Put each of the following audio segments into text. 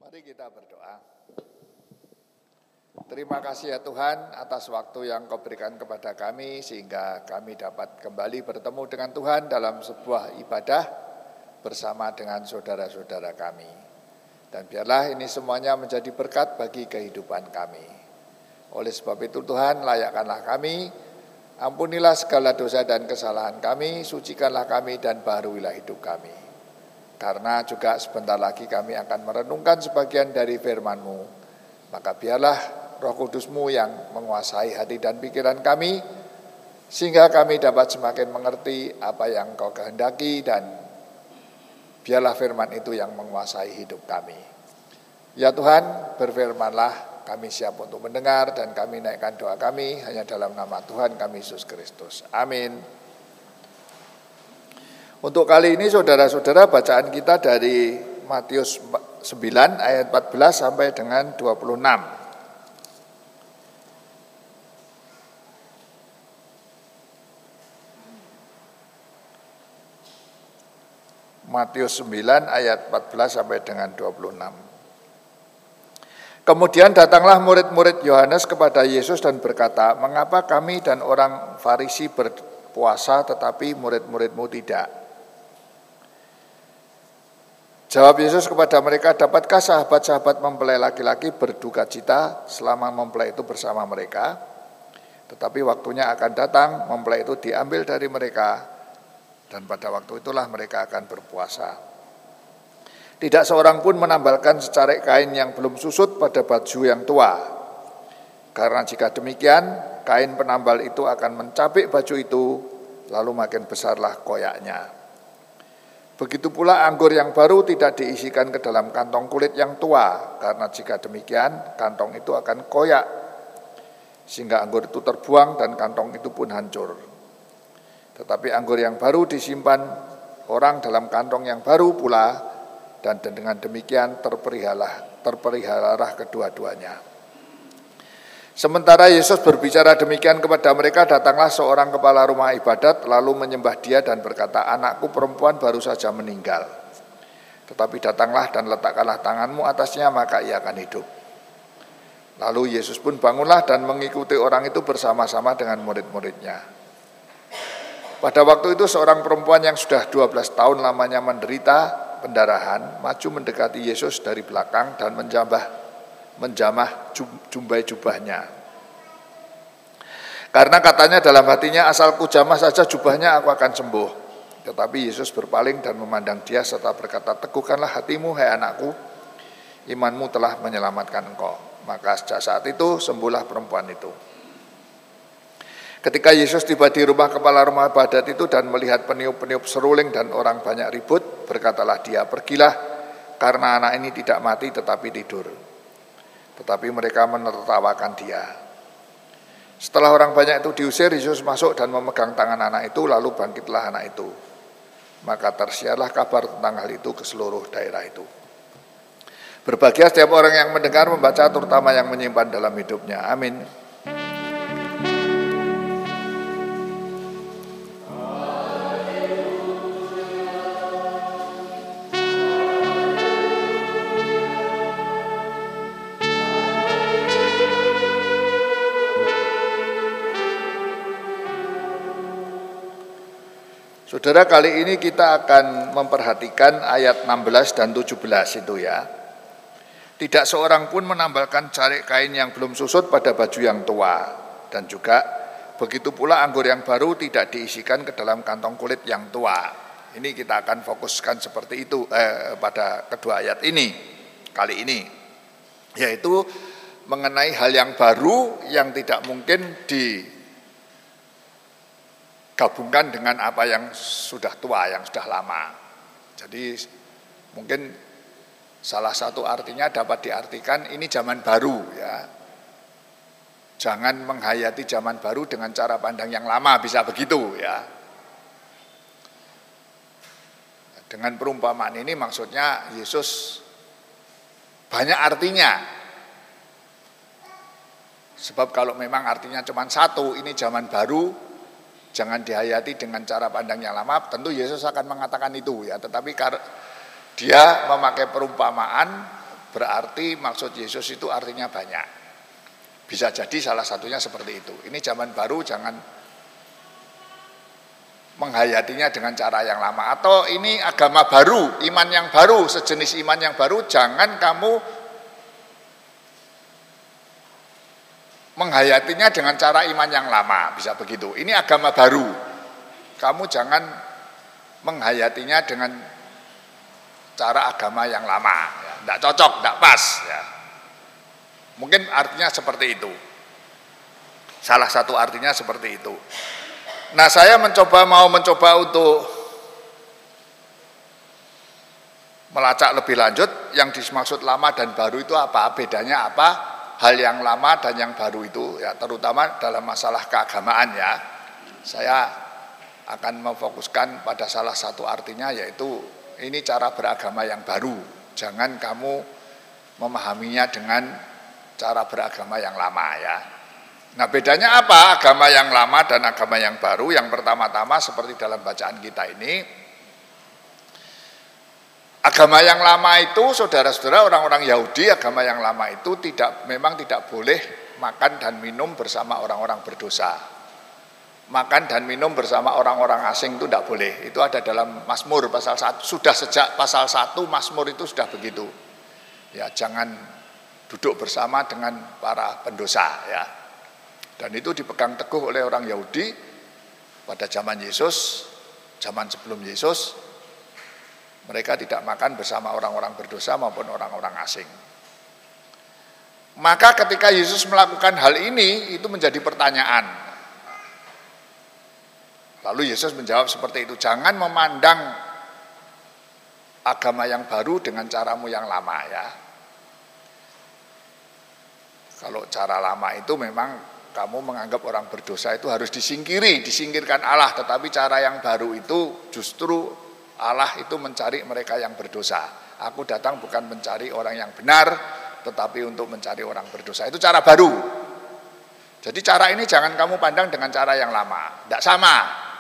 Mari kita berdoa. Terima kasih ya Tuhan atas waktu yang Kau berikan kepada kami sehingga kami dapat kembali bertemu dengan Tuhan dalam sebuah ibadah bersama dengan saudara-saudara kami. Dan biarlah ini semuanya menjadi berkat bagi kehidupan kami. Oleh sebab itu Tuhan, layakkanlah kami, ampunilah segala dosa dan kesalahan kami, sucikanlah kami dan baharuilah hidup kami. Karena juga sebentar lagi kami akan merenungkan sebagian dari firman-Mu, maka biarlah Roh Kudus-Mu yang menguasai hati dan pikiran kami, sehingga kami dapat semakin mengerti apa yang Kau kehendaki, dan biarlah firman itu yang menguasai hidup kami. Ya Tuhan, berfirmanlah, kami siap untuk mendengar, dan kami naikkan doa kami hanya dalam nama Tuhan kami Yesus Kristus. Amin. Untuk kali ini saudara-saudara, bacaan kita dari Matius 9 ayat 14 sampai dengan 26. Matius 9 ayat 14 sampai dengan 26. Kemudian datanglah murid-murid Yohanes kepada Yesus dan berkata, "Mengapa kami dan orang Farisi berpuasa tetapi murid-murid-Mu tidak?" Jawab Yesus kepada mereka, "Dapatkah sahabat-sahabat mempelai laki-laki berduka cita selama mempelai itu bersama mereka? Tetapi waktunya akan datang, mempelai itu diambil dari mereka, dan pada waktu itulah mereka akan berpuasa. Tidak seorang pun menambalkan secarik kain yang belum susut pada baju yang tua. Karena jika demikian, kain penambal itu akan mencapik baju itu, lalu makin besarlah koyaknya. Begitu pula anggur yang baru tidak diisikan ke dalam kantong kulit yang tua, karena jika demikian, kantong itu akan koyak, sehingga anggur itu terbuang dan kantong itu pun hancur. Tetapi anggur yang baru disimpan orang dalam kantong yang baru pula, dan dengan demikian terpeliharalah kedua-duanya." Sementara Yesus berbicara demikian kepada mereka, datanglah seorang kepala rumah ibadat, lalu menyembah Dia dan berkata, "Anakku perempuan baru saja meninggal. Tetapi datanglah dan letakkanlah tanganmu atasnya, maka ia akan hidup." Lalu Yesus pun bangunlah dan mengikuti orang itu bersama-sama dengan murid-muridnya. Pada waktu itu seorang perempuan yang sudah 12 tahun lamanya menderita pendarahan maju mendekati Yesus dari belakang dan menjamah jumbai jubahnya. Karena katanya dalam hatinya, "Asal ku jamah saja jubahnya, aku akan sembuh." Tetapi Yesus berpaling dan memandang dia serta berkata, "Teguhkanlah hatimu, hai anakku, imanmu telah menyelamatkan engkau." Maka sejak saat itu sembuhlah perempuan itu. Ketika Yesus tiba di rumah kepala rumah ibadat itu dan melihat peniup-peniup seruling dan orang banyak ribut, berkatalah Dia, "Pergilah, karena anak ini tidak mati tetapi tidur." Tetapi mereka menertawakan Dia. Setelah orang banyak itu diusir, Yesus masuk dan memegang tangan anak itu, lalu bangkitlah anak itu. Maka tersiarlah kabar tentang hal itu ke seluruh daerah itu. Berbahagia setiap orang yang mendengar, membaca, terutama yang menyimpan dalam hidupnya. Amin. Saudara, kali ini kita akan memperhatikan ayat 16 dan 17 itu ya. Tidak seorang pun menambalkan carik kain yang belum susut pada baju yang tua, dan juga begitu pula anggur yang baru tidak diisikan ke dalam kantong kulit yang tua. Ini kita akan fokuskan seperti itu pada kedua ayat ini kali ini, yaitu mengenai hal yang baru yang tidak mungkin digabungkan dengan apa yang sudah tua, yang sudah lama. Jadi mungkin salah satu artinya dapat diartikan ini zaman baru ya. Jangan menghayati zaman baru dengan cara pandang yang lama, bisa begitu ya. Dengan perumpamaan ini maksudnya Yesus banyak artinya. Sebab kalau memang artinya cuma satu, ini zaman baru, jangan dihayati dengan cara pandang yang lama, tentu Yesus akan mengatakan itu ya. Tetapi dia memakai perumpamaan berarti maksud Yesus itu artinya banyak. Bisa jadi salah satunya seperti itu. Ini zaman baru, jangan menghayatinya dengan cara yang lama. Atau ini agama baru, iman yang baru, sejenis iman yang baru, jangan kamu menghayatinya dengan cara iman yang lama. Bisa begitu. Ini agama baru. Kamu jangan menghayatinya dengan cara agama yang lama. Ya, tidak cocok, tidak pas. Ya. Mungkin artinya seperti itu. Salah satu artinya seperti itu. Nah, saya mau mencoba untuk melacak lebih lanjut yang dimaksud lama dan baru itu apa, bedanya apa, hal yang lama dan yang baru itu, ya terutama dalam masalah keagamaan ya. Saya akan memfokuskan pada salah satu artinya, yaitu ini cara beragama yang baru. Jangan kamu memahaminya dengan cara beragama yang lama ya. Nah, bedanya apa agama yang lama dan agama yang baru? Yang pertama-tama seperti dalam bacaan kita ini, agama yang lama itu, saudara-saudara, orang-orang Yahudi, agama yang lama itu memang tidak boleh makan dan minum bersama orang-orang berdosa. Makan dan minum bersama orang-orang asing itu tidak boleh. Itu ada dalam Mazmur pasal 1. Sudah sejak pasal 1 Mazmur itu sudah begitu. Ya, jangan duduk bersama dengan para pendosa ya. Dan itu dipegang teguh oleh orang Yahudi pada zaman Yesus, zaman sebelum Yesus. Mereka tidak makan bersama orang-orang berdosa maupun orang-orang asing. Maka ketika Yesus melakukan hal ini, itu menjadi pertanyaan. Lalu Yesus menjawab seperti itu, jangan memandang agama yang baru dengan caramu yang lama ya. Kalau cara lama itu memang kamu menganggap orang berdosa itu harus disingkirkan Allah. Tetapi cara yang baru itu justru Allah itu mencari mereka yang berdosa. Aku datang bukan mencari orang yang benar, tetapi untuk mencari orang berdosa. Itu cara baru. Jadi cara ini jangan kamu pandang dengan cara yang lama. Tidak sama.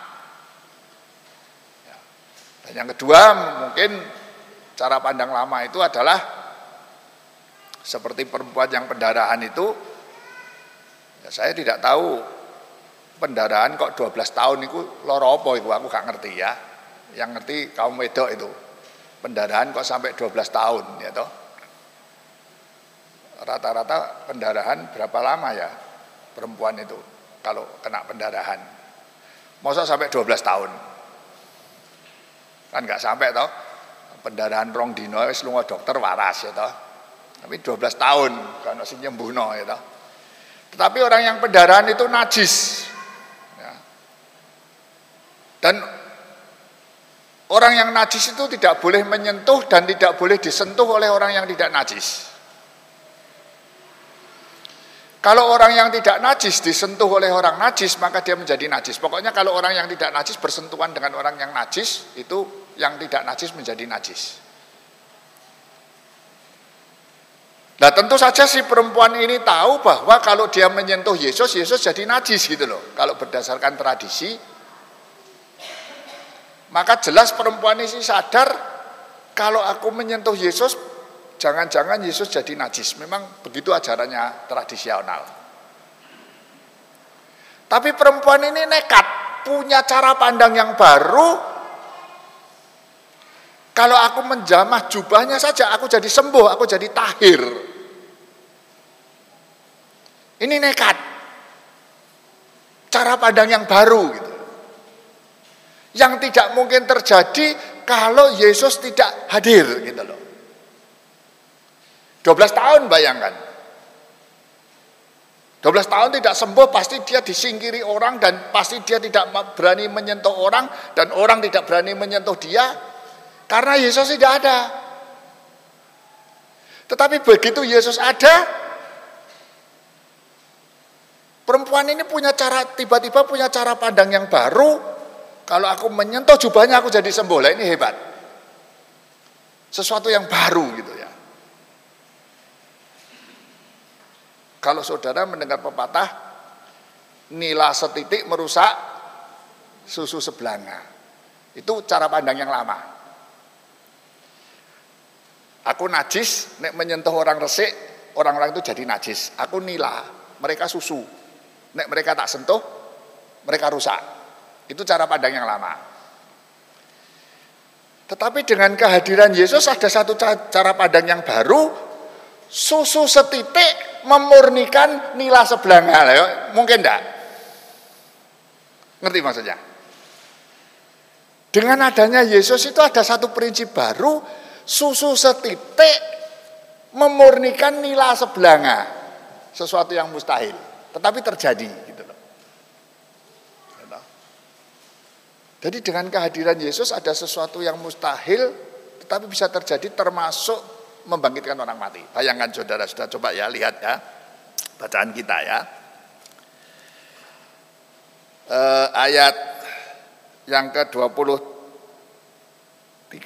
Dan yang kedua, mungkin cara pandang lama itu adalah seperti perempuan yang pendarahan itu. Ya, saya tidak tahu pendarahan kok 12 tahun itu loro apa itu, aku gak ngerti ya. Yang ngerti kaum wedok itu. Pendarahan kok sampai 12 tahun ya toh. Rata-rata pendarahan berapa lama ya perempuan itu kalau kena pendarahan? Masa sampai 12 tahun? Kan gak sampai toh. Pendarahan rong dino wis lunga dokter waras ya toh. Tapi 12 tahun kan sing nyembuhno ya toh. Tetapi orang yang pendarahan itu najis ya. Dan orang yang najis itu tidak boleh menyentuh dan tidak boleh disentuh oleh orang yang tidak najis. Kalau orang yang tidak najis disentuh oleh orang najis, maka dia menjadi najis. Pokoknya kalau orang yang tidak najis bersentuhan dengan orang yang najis, itu yang tidak najis menjadi najis. Nah, tentu saja si perempuan ini tahu bahwa kalau dia menyentuh Yesus, Yesus jadi najis gitu loh. Kalau berdasarkan tradisi, maka jelas perempuan ini sadar kalau aku menyentuh Yesus, jangan-jangan Yesus jadi najis. Memang begitu ajarannya tradisional. Tapi perempuan ini nekat, punya cara pandang yang baru. Kalau aku menjamah jubahnya saja, aku jadi sembuh, aku jadi tahir. Ini nekat. Cara pandang yang baru gitu. Yang tidak mungkin terjadi kalau Yesus tidak hadir gitu loh. 12 tahun bayangkan. 12 tahun tidak sembuh, pasti dia disingkiri orang dan pasti dia tidak berani menyentuh orang dan orang tidak berani menyentuh dia karena Yesus tidak ada. Tetapi begitu Yesus ada, perempuan ini tiba-tiba punya cara pandang yang baru. Kalau aku menyentuh jubahnya aku jadi sembuh. Lah ini hebat. Sesuatu yang baru gitu ya. Kalau saudara mendengar pepatah, nila setitik merusak susu sebelanga. Itu cara pandang yang lama. Aku najis, nek menyentuh orang resik, orang-orang itu jadi najis. Aku nila, mereka susu. Nek mereka tak sentuh, mereka rusak. Itu cara pandang yang lama. Tetapi dengan kehadiran Yesus ada satu cara pandang yang baru. Susu setitik memurnikan nila sebelanga. Mungkin enggak? Ngerti maksudnya? Dengan adanya Yesus itu ada satu prinsip baru, susu setitik memurnikan nila sebelanga. Sesuatu yang mustahil, tetapi terjadi gitu loh. Jadi dengan kehadiran Yesus ada sesuatu yang mustahil tetapi bisa terjadi, termasuk membangkitkan orang mati. Bayangkan saudara, sudah coba ya lihat ya bacaan kita ya. Ayat yang ke-23.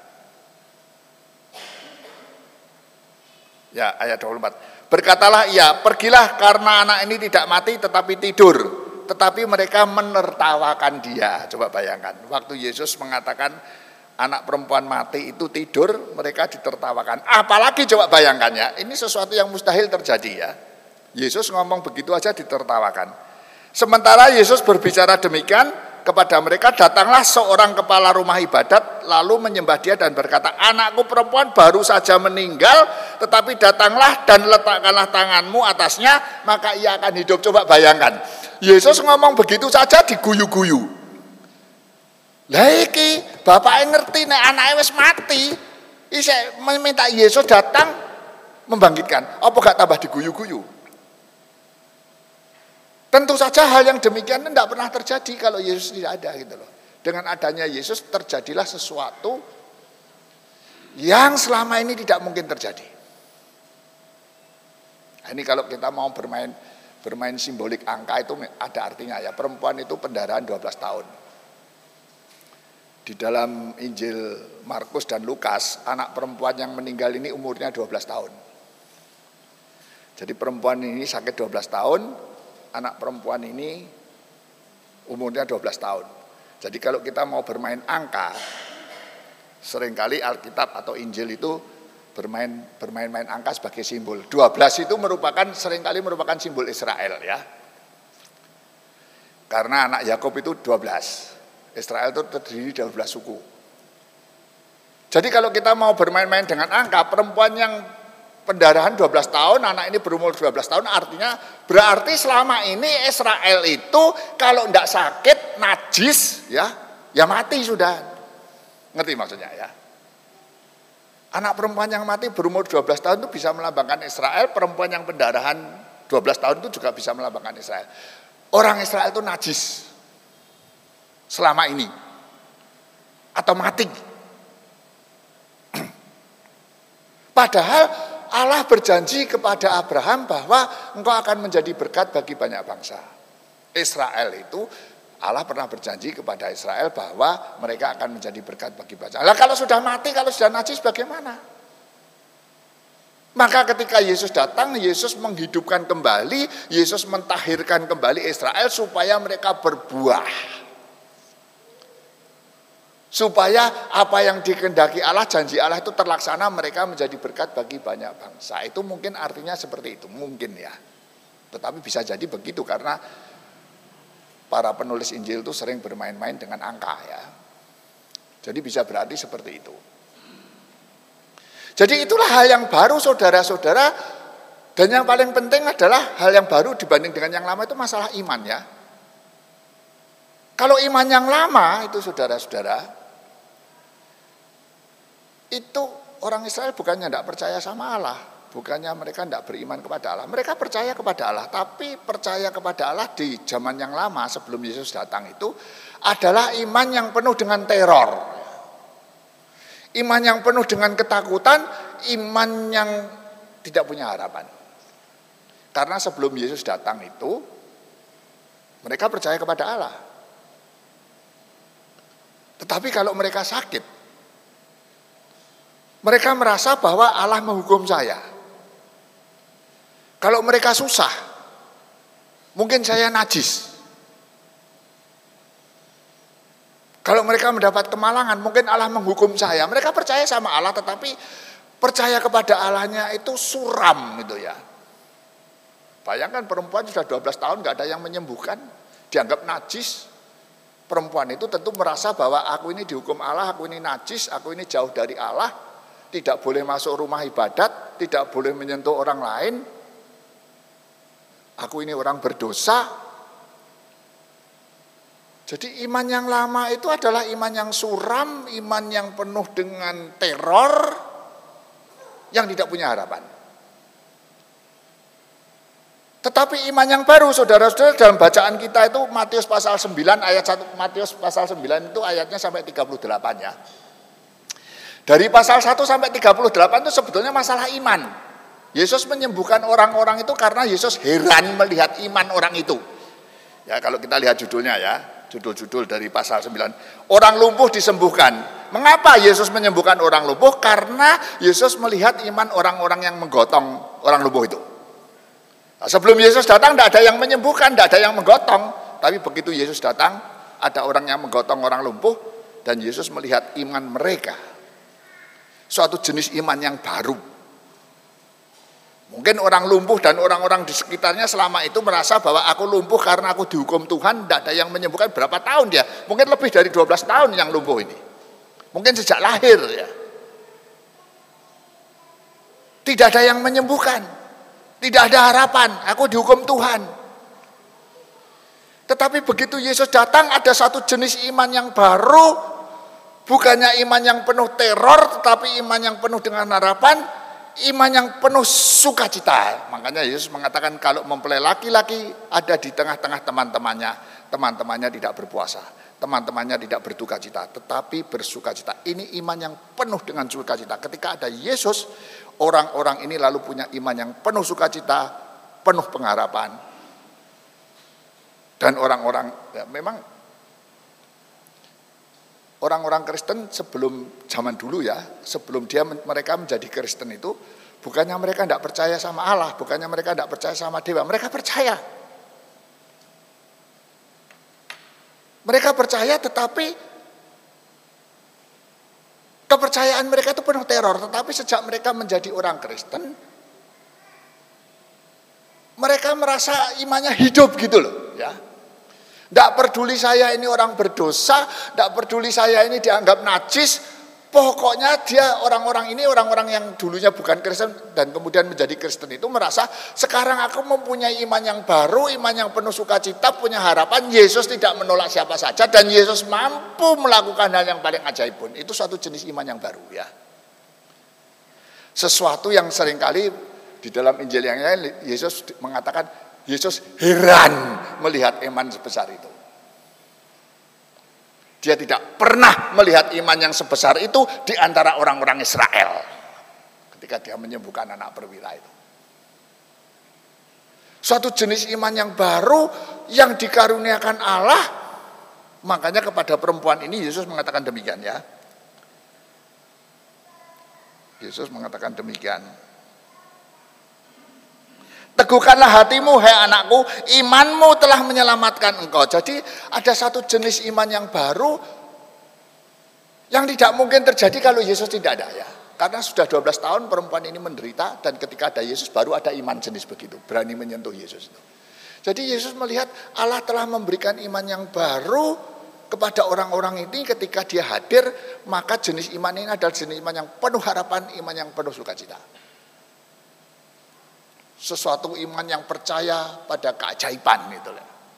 Ya, ayat 24. Berkatalah ia, pergilah karena anak ini tidak mati tetapi tidur. Tetapi mereka menertawakan dia. Coba bayangkan, waktu Yesus mengatakan anak perempuan mati itu tidur, mereka ditertawakan. Apalagi coba bayangkan ya, ini sesuatu yang mustahil terjadi ya. Yesus ngomong begitu aja ditertawakan. Sementara Yesus berbicara demikian kepada mereka, datanglah seorang kepala rumah ibadat lalu menyembah dia dan berkata, anakku perempuan baru saja meninggal, tetapi datanglah dan letakkanlah tanganmu atasnya, maka ia akan hidup. Coba bayangkan, Yesus ngomong begitu saja diguyu-guyu. Lah iki bapaknya ngerti nek anaknya wis mati, isih meminta Yesus datang membangkitkan. Apa gak tambah diguyu-guyu? Tentu saja hal yang demikian tidak pernah terjadi kalau Yesus tidak ada gitu loh. Dengan adanya Yesus terjadilah sesuatu yang selama ini tidak mungkin terjadi. Nah, ini kalau kita mau bermain simbolik angka itu ada artinya ya. Perempuan itu pendarahan 12 tahun. Di dalam Injil Markus dan Lukas, anak perempuan yang meninggal ini umurnya 12 tahun. Jadi perempuan ini sakit 12 tahun, anak perempuan ini umurnya 12 tahun. Jadi kalau kita mau bermain angka, seringkali Alkitab atau Injil itu bermain-main angka sebagai simbol. 12 itu seringkali merupakan simbol Israel ya. Karena anak Yakub itu 12. Israel itu terdiri dari 12 suku. Jadi kalau kita mau bermain-main dengan angka, perempuan yang pendarahan 12 tahun, anak ini berumur 12 tahun, artinya berarti selama ini Israel itu kalau tidak sakit, najis, ya mati sudah. Ngerti maksudnya ya? Anak perempuan yang mati berumur 12 tahun itu bisa melambangkan Israel, perempuan yang pendarahan 12 tahun itu juga bisa melambangkan Israel. Orang Israel itu najis selama ini, atau mati. Padahal Allah berjanji kepada Abraham bahwa engkau akan menjadi berkat bagi banyak bangsa. Israel itu, Allah pernah berjanji kepada Israel bahwa mereka akan menjadi berkat bagi bangsa. Lah kalau sudah mati, kalau sudah najis bagaimana? Maka ketika Yesus datang, Yesus menghidupkan kembali, Yesus mentahirkan kembali Israel supaya mereka berbuah. Supaya apa yang dikehendaki Allah, janji Allah itu terlaksana, mereka menjadi berkat bagi banyak bangsa. Itu mungkin artinya seperti itu, mungkin ya. Tetapi bisa jadi begitu karena para penulis Injil itu sering bermain-main dengan angka ya. Jadi bisa berarti seperti itu. Jadi itulah hal yang baru saudara-saudara. Dan yang paling penting adalah hal yang baru dibanding dengan yang lama itu masalah iman ya. Kalau iman yang lama itu saudara-saudara, itu orang Israel bukannya tidak percaya sama Allah, bukannya mereka tidak beriman kepada Allah. Mereka percaya kepada Allah, tapi percaya kepada Allah di zaman yang lama sebelum Yesus datang itu adalah iman yang penuh dengan teror. Iman yang penuh dengan ketakutan, iman yang tidak punya harapan. Karena sebelum Yesus datang itu mereka percaya kepada Allah. Tetapi kalau mereka sakit, mereka merasa bahwa Allah menghukum saya. Kalau mereka susah, mungkin saya najis. Kalau mereka mendapat kemalangan, mungkin Allah menghukum saya. Mereka percaya sama Allah, tetapi percaya kepada Allahnya itu suram gitu ya. Bayangkan perempuan sudah 12 tahun nggak ada yang menyembuhkan, dianggap najis. Perempuan itu tentu merasa bahwa aku ini dihukum Allah, aku ini najis, aku ini jauh dari Allah, tidak boleh masuk rumah ibadat, tidak boleh menyentuh orang lain. Aku ini orang berdosa. Jadi iman yang lama itu adalah iman yang suram, iman yang penuh dengan teror, yang tidak punya harapan. Tetapi iman yang baru, saudara-saudara, dalam bacaan kita itu Matius pasal 9 ayat 1, Matius pasal 9 itu ayatnya sampai 38 ya. Dari pasal 1 sampai 38 itu sebetulnya masalah iman. Yesus menyembuhkan orang-orang itu karena Yesus heran melihat iman orang itu. Ya, kalau kita lihat judulnya ya, judul-judul dari pasal 9. Orang lumpuh disembuhkan. Mengapa Yesus menyembuhkan orang lumpuh? Karena Yesus melihat iman orang-orang yang menggotong orang lumpuh itu. Nah, sebelum Yesus datang tidak ada yang menyembuhkan, tidak ada yang menggotong. Tapi begitu Yesus datang, ada orang yang menggotong orang lumpuh, dan Yesus melihat iman mereka. Suatu jenis iman yang baru. Mungkin orang lumpuh dan orang-orang di sekitarnya selama itu merasa bahwa aku lumpuh karena aku dihukum Tuhan, tidak ada yang menyembuhkan. Berapa tahun dia? Mungkin lebih dari 12 tahun yang lumpuh ini. Mungkin sejak lahir ya. Tidak ada yang menyembuhkan. Tidak ada harapan, aku dihukum Tuhan. Tetapi begitu Yesus datang ada satu jenis iman yang baru. Bukannya iman yang penuh teror, tetapi iman yang penuh dengan harapan. Iman yang penuh sukacita. Makanya Yesus mengatakan kalau mempelai laki-laki ada di tengah-tengah teman-temannya. Teman-temannya tidak berpuasa, teman-temannya tidak berduka cita, tetapi bersuka cita. Ini iman yang penuh dengan sukacita. Ketika ada Yesus, orang-orang ini lalu punya iman yang penuh sukacita, penuh pengharapan. Dan orang-orang, ya memang orang-orang Kristen sebelum zaman dulu ya, sebelum mereka menjadi Kristen itu, bukannya mereka tidak percaya sama Allah, bukannya mereka tidak percaya sama dewa, mereka percaya. Mereka percaya, tetapi kepercayaan mereka itu penuh teror. Tetapi sejak mereka menjadi orang Kristen, mereka merasa imannya hidup gitu loh ya. Tidak peduli saya ini orang berdosa, tidak peduli saya ini dianggap najis. Pokoknya dia orang-orang ini, orang-orang yang dulunya bukan Kristen dan kemudian menjadi Kristen itu merasa sekarang aku mempunyai iman yang baru, iman yang penuh sukacita, punya harapan. Yesus tidak menolak siapa saja dan Yesus mampu melakukan hal yang paling ajaib pun. Itu suatu jenis iman yang baru ya. Sesuatu yang seringkali di dalam Injil yang lain Yesus mengatakan Yesus heran melihat iman sebesar itu. Dia tidak pernah melihat iman yang sebesar itu di antara orang-orang Israel ketika dia menyembuhkan anak perwira itu. Suatu jenis iman yang baru yang dikaruniakan Allah. Makanya kepada perempuan ini Yesus mengatakan demikian ya. Yesus mengatakan demikian. Teguhkanlah hatimu, hai anakku, imanmu telah menyelamatkan engkau. Jadi ada satu jenis iman yang baru yang tidak mungkin terjadi kalau Yesus tidak ada ya. Karena sudah 12 tahun perempuan ini menderita dan ketika ada Yesus baru ada iman jenis begitu, berani menyentuh Yesus. Jadi Yesus melihat Allah telah memberikan iman yang baru kepada orang-orang ini ketika dia hadir, maka jenis iman ini adalah jenis iman yang penuh harapan, iman yang penuh sukacita. Sesuatu iman yang percaya pada keajaiban gitu.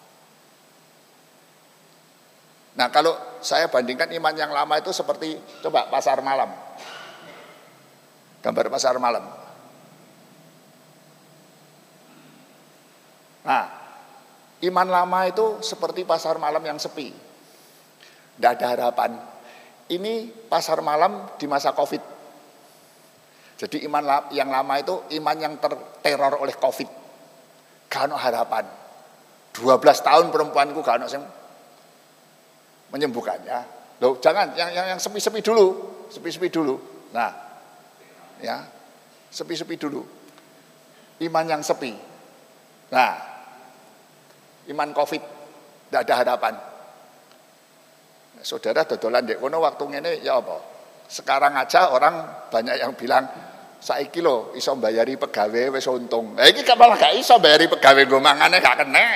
Nah kalau saya bandingkan iman yang lama itu seperti coba pasar malam. Gambar pasar malam. Nah iman lama itu seperti pasar malam yang sepi. Tidak ada harapan. Ini pasar malam di masa Covid. Jadi iman yang lama itu iman yang terteror oleh Covid. Gak ada harapan. 12 tahun perempuanku gak ada yang menyembuhkan ya. Loh, jangan yang sepi-sepi dulu, sepi-sepi dulu. Nah, ya. Sepi-sepi dulu. Iman yang sepi. Nah, iman Covid tidak ada harapan. Saudara dodolan dek kono waktu ngene ya apa? Sekarang aja orang banyak yang bilang saiki lho iso mbayari pegawe wis untung. Lah iki malah gak iso mbayari pegawe nggo mangane gak kena.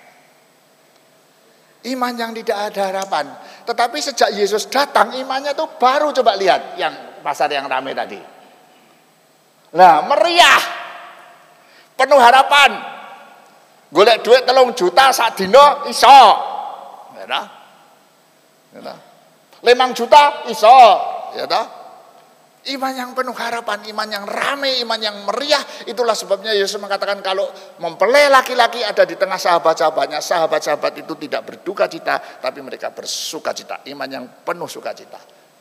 Iman yang tidak ada harapan. Tetapi sejak Yesus datang imannya tuh baru, coba lihat yang pasar yang ramai tadi. Nah, meriah. Penuh harapan. Golek duit 3 juta sak dina iso. Ya ta? Ya ta? 5 juta iso, ya ta? Iman yang penuh harapan, iman yang ramai, iman yang meriah. Itulah sebabnya Yesus mengatakan kalau mempelai laki-laki ada di tengah sahabat-sahabatnya, sahabat-sahabat itu tidak berduka cita, tapi mereka bersuka cita. Iman yang penuh sukacita.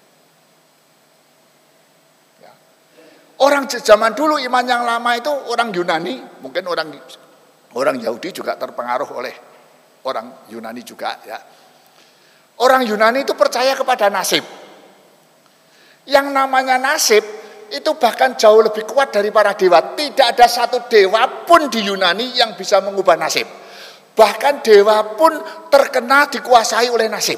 Ya. Orang zaman dulu iman yang lama itu orang Yunani, mungkin orang Yahudi juga terpengaruh oleh orang Yunani juga. Ya. Orang Yunani itu percaya kepada nasib. Yang namanya nasib itu bahkan jauh lebih kuat dari para dewa. Tidak ada satu dewa pun di Yunani yang bisa mengubah nasib. Bahkan dewa pun terkena dikuasai oleh nasib.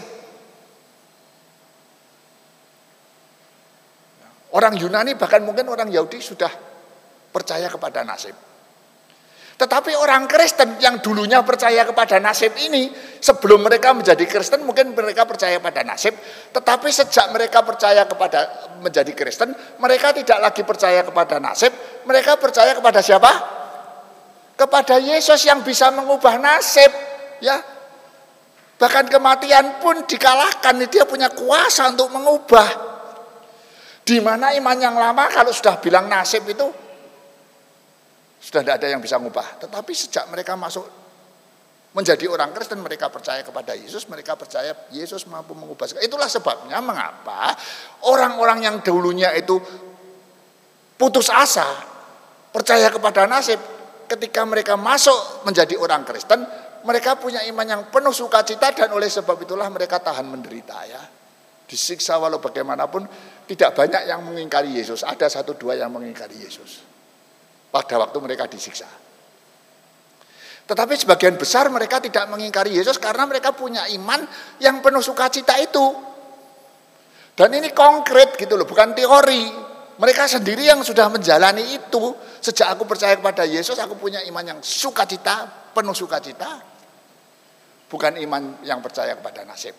Orang Yunani bahkan mungkin orang Yahudi sudah percaya kepada nasib. Tetapi orang Kristen yang dulunya percaya kepada nasib ini, sebelum mereka menjadi Kristen mungkin mereka percaya pada nasib, tetapi sejak mereka percaya kepada menjadi Kristen, mereka tidak lagi percaya kepada nasib, mereka percaya kepada siapa? Kepada Yesus yang bisa mengubah nasib, ya. Bahkan kematian pun dikalahkan, dia punya kuasa untuk mengubah. Di mana iman yang lama kalau sudah bilang nasib itu sudah tidak ada yang bisa mengubah. Tetapi sejak mereka masuk menjadi orang Kristen, mereka percaya kepada Yesus, mereka percaya Yesus mampu mengubah. Itulah sebabnya mengapa orang-orang yang dulunya itu putus asa, percaya kepada nasib, ketika mereka masuk menjadi orang Kristen, mereka punya iman yang penuh sukacita dan oleh sebab itulah mereka tahan menderita, ya. Disiksa walau bagaimanapun, tidak banyak yang mengingkari Yesus. Ada 1-2 yang mengingkari Yesus pada waktu mereka disiksa. Tetapi sebagian besar mereka tidak mengingkari Yesus karena mereka punya iman yang penuh sukacita itu. Dan ini konkret gitu loh, bukan teori. Mereka sendiri yang sudah menjalani itu. Sejak aku percaya kepada Yesus, aku punya iman yang sukacita, penuh sukacita. Bukan iman yang percaya kepada nasib.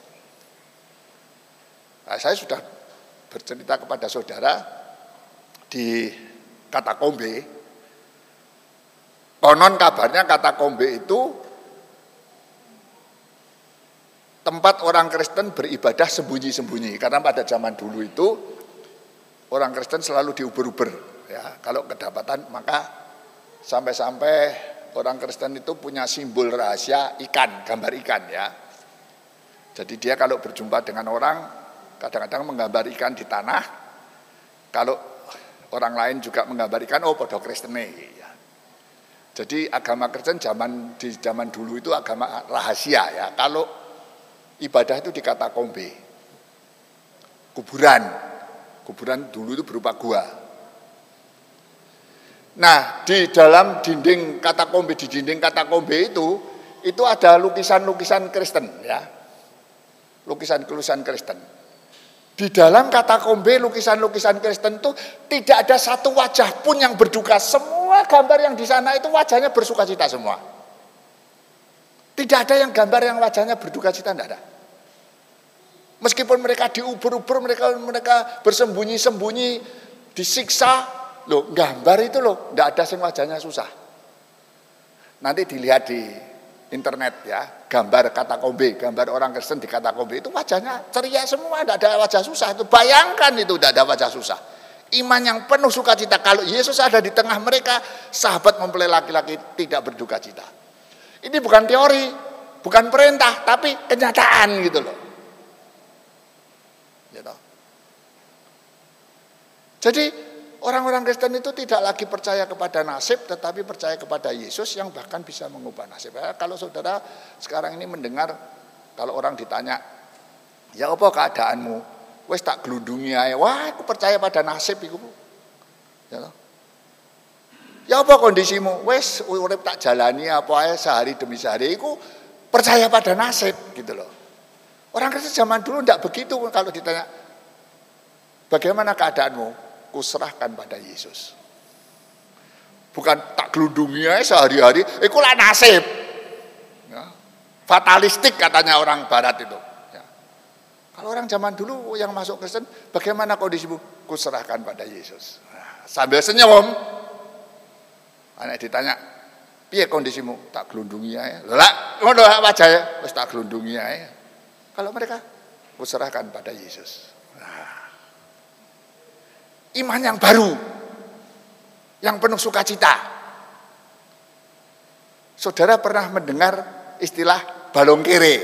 Nah, saya sudah bercerita kepada saudara di katakombe. Konon kabarnya katakombe itu tempat orang Kristen beribadah sembunyi-sembunyi. Karena pada zaman dulu itu orang Kristen selalu diuber-uber. Ya, kalau kedapatan maka sampai-sampai orang Kristen itu punya simbol rahasia ikan, gambar ikan, ya. Jadi dia kalau berjumpa dengan orang kadang-kadang menggambar ikan di tanah. Kalau orang lain juga menggambar ikan, oh podo Kristene, ya. Jadi agama Kristen di zaman dulu itu agama rahasia, ya. Kalau ibadah itu di katakombe, kuburan dulu itu berupa gua. Nah, di dalam dinding katakombe itu ada lukisan-lukisan Kristen, ya. Lukisan-lukisan Kristen. Di dalam katakombe lukisan-lukisan Kristen itu tidak ada satu wajah pun yang berduka. Semua gambar yang di sana itu wajahnya bersukacita semua. Tidak ada yang gambar yang wajahnya berduka cita, tidak ada. Meskipun mereka diuber-uber, mereka bersembunyi-sembunyi, disiksa, loh gambar itu loh, tidak ada yang wajahnya susah. Nanti dilihat di internet, ya, gambar katakombe, gambar orang Kristen di katakombe itu wajahnya ceria semua, tidak ada wajah susah. Itu bayangkan itu tidak ada wajah susah. Iman yang penuh sukacita. Kalau Yesus ada di tengah mereka, sahabat mempelai laki-laki tidak berduka cita. Ini bukan teori, bukan perintah, tapi kenyataan gitu loh. Gitu. Jadi orang-orang Kristen itu tidak lagi percaya kepada nasib, tetapi percaya kepada Yesus yang bahkan bisa mengubah nasib. Kalau saudara sekarang ini mendengar, kalau orang ditanya, ya apa keadaanmu? Wes tak gelundungi aja, wah aku percaya pada nasib iku. Ya apa kondisimu? Wes urip tak jalani apa aja sehari demi sehari, iku percaya pada nasib gitu loh. Orang Kristen zaman dulu tidak begitu. Kalau ditanya, bagaimana keadaanmu? Kuserahkan pada Yesus. Bukan tak gelundungi aja sehari-hari, iku lah nasib. Ya. Fatalistik katanya orang barat itu. Ya. Kalau orang zaman dulu yang masuk Kristen, bagaimana kondisimu? Kuserahkan pada Yesus. Nah, sambil senyum. Anak ditanya, piye kondisimu? Tak gelundungi aja. Lah, ngono wajah wis tak gelundungi aja. Kalau mereka, kuserahkan pada Yesus. Nah. Iman yang baru, yang penuh sukacita. Saudara pernah mendengar istilah balong kere?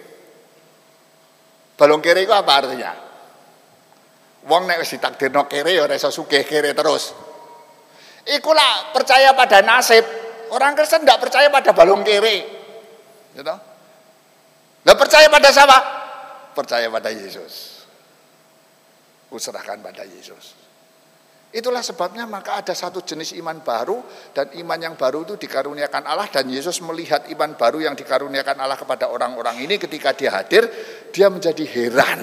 Balong kere itu apa artinya? Wong nek wis ditakdirno kere ya ora iso sugih kere terus. Iku lah percaya pada nasib. Orang Kristen tidak percaya pada balong kere. Gitu. Lah percaya pada siapa? Percaya pada Yesus. Kuserahkan pada Yesus. Itulah sebabnya maka ada satu jenis iman baru, dan iman yang baru itu dikaruniakan Allah, dan Yesus melihat iman baru yang dikaruniakan Allah kepada orang-orang ini ketika dia hadir, dia menjadi heran.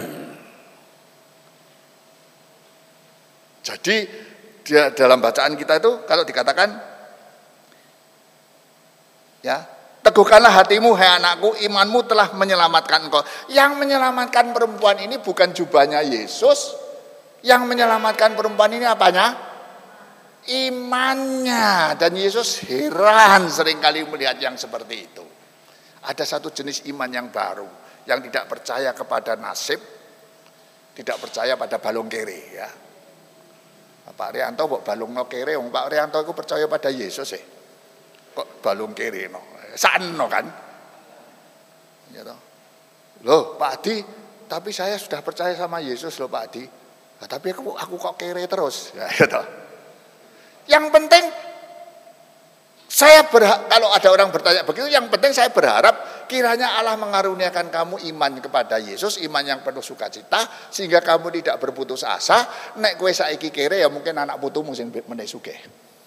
Jadi dia, dalam bacaan kita itu kalau dikatakan ya, teguhkanlah hatimu hai anakku, imanmu telah menyelamatkan engkau. Yang menyelamatkan perempuan ini bukan jubahnya Yesus. Yang menyelamatkan perempuan ini apanya? Imannya. Dan Yesus heran seringkali melihat yang seperti itu. Ada satu jenis iman yang baru, yang tidak percaya kepada nasib, tidak percaya pada balong kere ya. Pak Rianto kok balong no kere, Pak Rianto itu percaya pada Yesus kok balong kere no. Sano kan? Gitu. Loh Pak Adi, tapi saya sudah percaya sama Yesus loh Pak Adi. Nah, tapi aku kok kere terus. Ya, gitu. Yang penting kalau ada orang bertanya begitu, yang penting saya berharap kiranya Allah mengaruniakan kamu iman kepada Yesus, iman yang penuh sukacita, sehingga kamu tidak berputus asa. Nek kowe saiki kere ya mungkin anak putumu sing meneh sugih.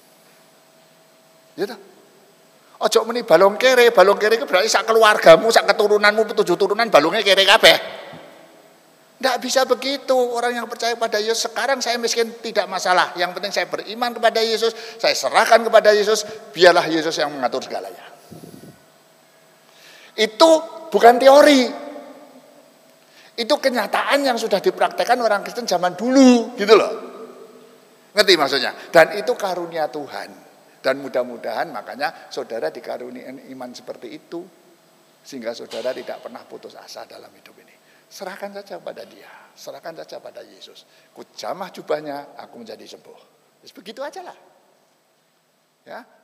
Gitu. Ojo meni balong kere itu berarti sak keluargamu, sak keturunanmu 7 turunan balongnya kere kabeh. Tidak bisa begitu. Orang yang percaya pada Yesus, sekarang saya miskin tidak masalah. Yang penting saya beriman kepada Yesus, saya serahkan kepada Yesus, biarlah Yesus yang mengatur segalanya. Itu bukan teori. Itu kenyataan yang sudah dipraktekkan orang Kristen zaman dulu, gitu loh. Ngerti maksudnya? Dan itu karunia Tuhan. Dan mudah-mudahan makanya saudara dikaruniai iman seperti itu, sehingga saudara tidak pernah putus asa dalam hidup ini. Serahkan saja pada dia, serahkan saja pada Yesus. Ku jamah jubahnya, aku menjadi sembuh. Begitu aja lah. Ya,